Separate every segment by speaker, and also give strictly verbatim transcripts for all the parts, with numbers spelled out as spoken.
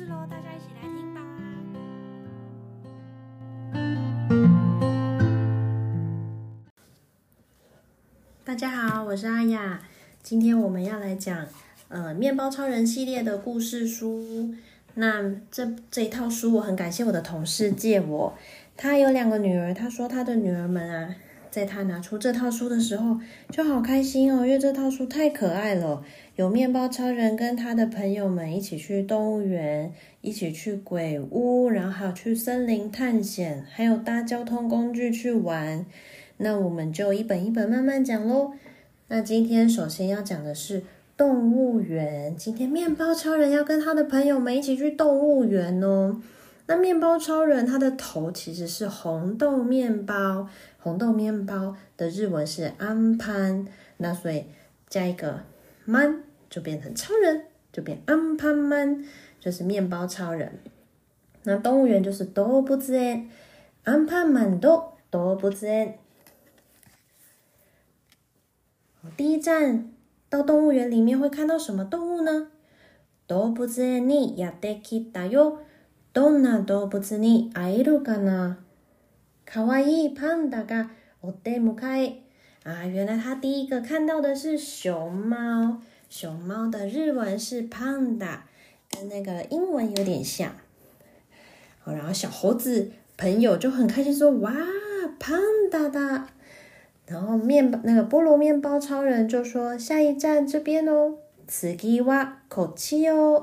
Speaker 1: 咯，大家一起来听吧。大家好，我是阿雅，今天我们要来讲呃面包超人系列的故事书。那这这一套书我很感谢我的同事借我，他有两个女儿，他说他的女儿们啊，在他拿出这套书的时候就好开心哦，因为这套书太可爱了，有面包超人跟他的朋友们一起去动物园，一起去鬼屋，然后还有去森林探险，还有搭交通工具去玩。那我们就一本一本慢慢讲咯。那今天首先要讲的是动物园，今天面包超人要跟他的朋友们一起去动物园哦。那面包超人他的头其实是红豆面包，红豆面包的日文是安潘，那所以加一个man就变成超人，就变安潘man，就是面包超人。那动物园就是動物園，安潘manの動物園。第一站到动物园里面会看到什么动物呢？動物園にやってきたよ。どんな動物に会えるかな？かわいいパンダがお出迎え。啊，原来他第一个看到的是熊猫，熊猫的日文是 panda， 跟那个英文有点像。然后小猴子朋友就很开心说：“哇，パンダだ！”然后面包那个菠萝面包超人就说：“下一站这边哦，次はこっちよ。”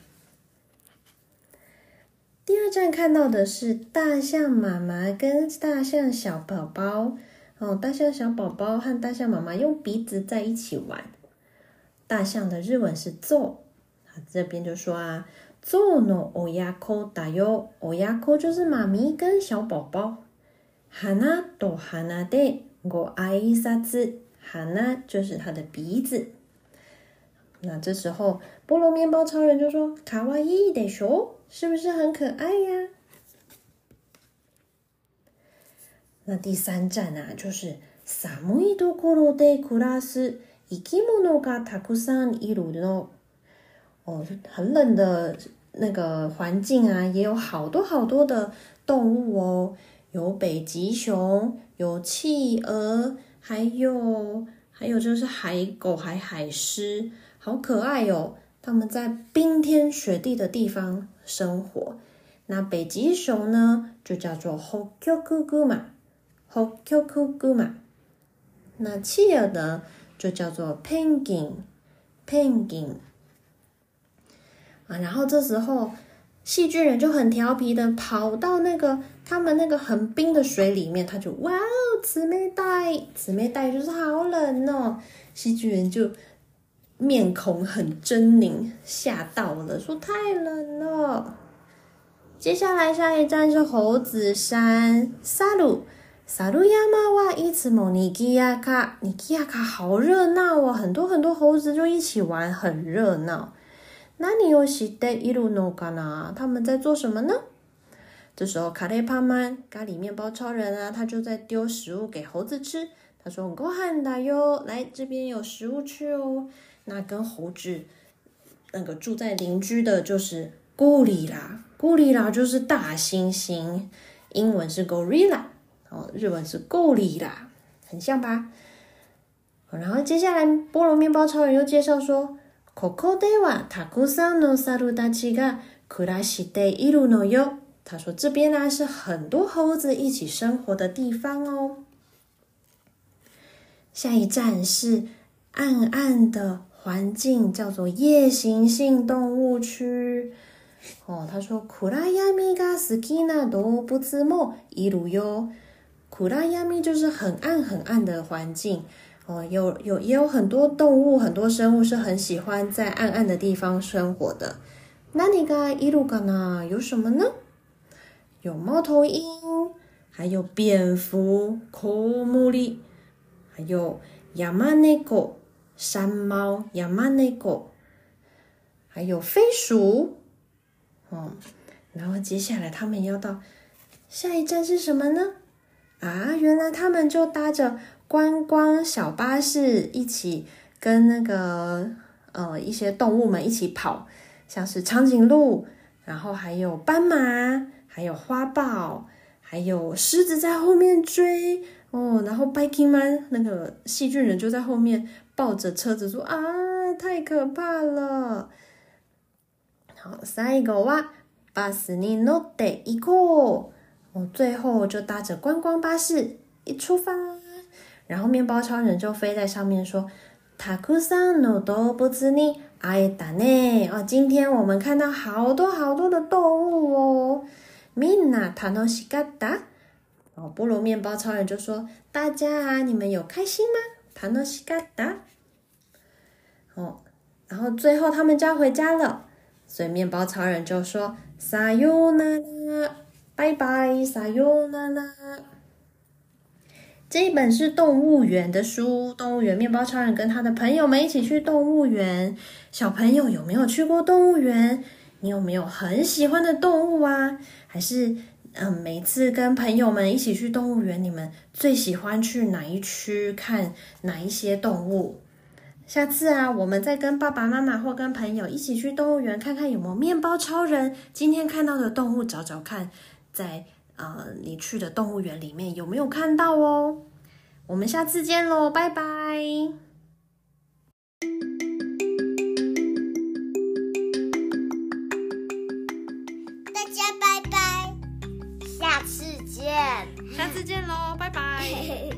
Speaker 1: 第二站看到的是大象妈妈跟大象小宝宝哦，大象小宝宝和大象妈妈用鼻子在一起玩。大象的日文是ゾウ，这边就说啊，ゾウの親子だよ，親子就是妈咪跟小宝宝。鼻と鼻でご挨拶，鼻就是他的鼻子。那这时候菠萝面包超人就说：“かわいいでしょ？是不是很可爱呀？”那第三站啊，就是寒いところで暮らす生き物がたくさんいるの。哦，很冷的那个环境啊，也有好多好多的动物哦，有北极熊，有企鹅，还有还有就是海狗，还海狮，好可爱哦。他们在冰天雪地的地方生活。那北极熊呢，就叫做ホッキョクグマ，ホッキョクグマ。那企鹅呢，就叫做ペンギン，ペンギン。啊，然后这时候细菌人就很调皮的跑到那个他们那个很冰的水里面，他就哇哦，姊妹带，姊妹带就是好冷哦。细菌人就面孔很狰狞，吓到了，说太冷了。接下来下一站是猴子山，サル。サル山はいつもにぎやか，にぎやか好热闹哦，很多很多猴子就一起玩，很热闹。何をしているのかな？他们在做什么呢？这时候カレーパンマン咖喱面包超人啊，他就在丢食物给猴子吃。他说：“ご飯だよ，来这边有食物吃哦。”那跟猴子那个住在邻居的就是ゴリラ，ゴリラ就是大猩猩，英文是 gorilla， 哦，日文是ゴリラ，很像吧？然后接下来菠萝面包超人又介绍说。ここではたくさんの猿たちが暮らしているのよ。他说这边呢是很多猴子一起生活的地方哦。下一站是暗暗的环境，叫做夜行性动物区。哦，他说暗闇が好きな動物もいるよ。暗闇就是很暗很暗的环境。哦，有有也有很多动物，很多生物是很喜欢在暗暗的地方生活的。何がいるかな？有什么呢？有猫头鹰，还有蝙蝠，コウモリ，还有山猫，山猫，山猫，还有飞鼠。哦，然后接下来他们要到下一站是什么呢？啊，原来他们就搭着观光小巴士一起跟那个呃一些动物们一起跑，像是长颈鹿、 然后还有斑马，还有花豹，还有狮子在后面追哦。然后 Biking Man 那个细菌人就在后面抱着车子说啊，太可怕了。好，最後はバスに乗って行こう。哦，最後就搭着观光巴士一出发，然后面包超人就飞在上面说：“たくさんの動物に会えたね。”哦，今天我们看到好多好多的动物哦。みんな楽しかった？哦，菠萝面包超人就说：“大家啊，你们有开心吗？楽しかった？”哦，然后最后他们就要回家了。所以面包超人就说さよなら，拜拜，さよなら。这一本是动物园的书，动物园面包超人跟他的朋友们一起去动物园。小朋友有没有去过动物园？你有没有很喜欢的动物啊？还是嗯，每次跟朋友们一起去动物园，你们最喜欢去哪一区看哪一些动物？下次啊，我们再跟爸爸妈妈或跟朋友一起去动物园，看看有没有面包超人今天看到的动物，找找看，在呃你去的动物园里面有没有看到哦。我们下次见咯，拜拜。
Speaker 2: 大家拜拜，下次见。
Speaker 1: 下次见咯，拜拜。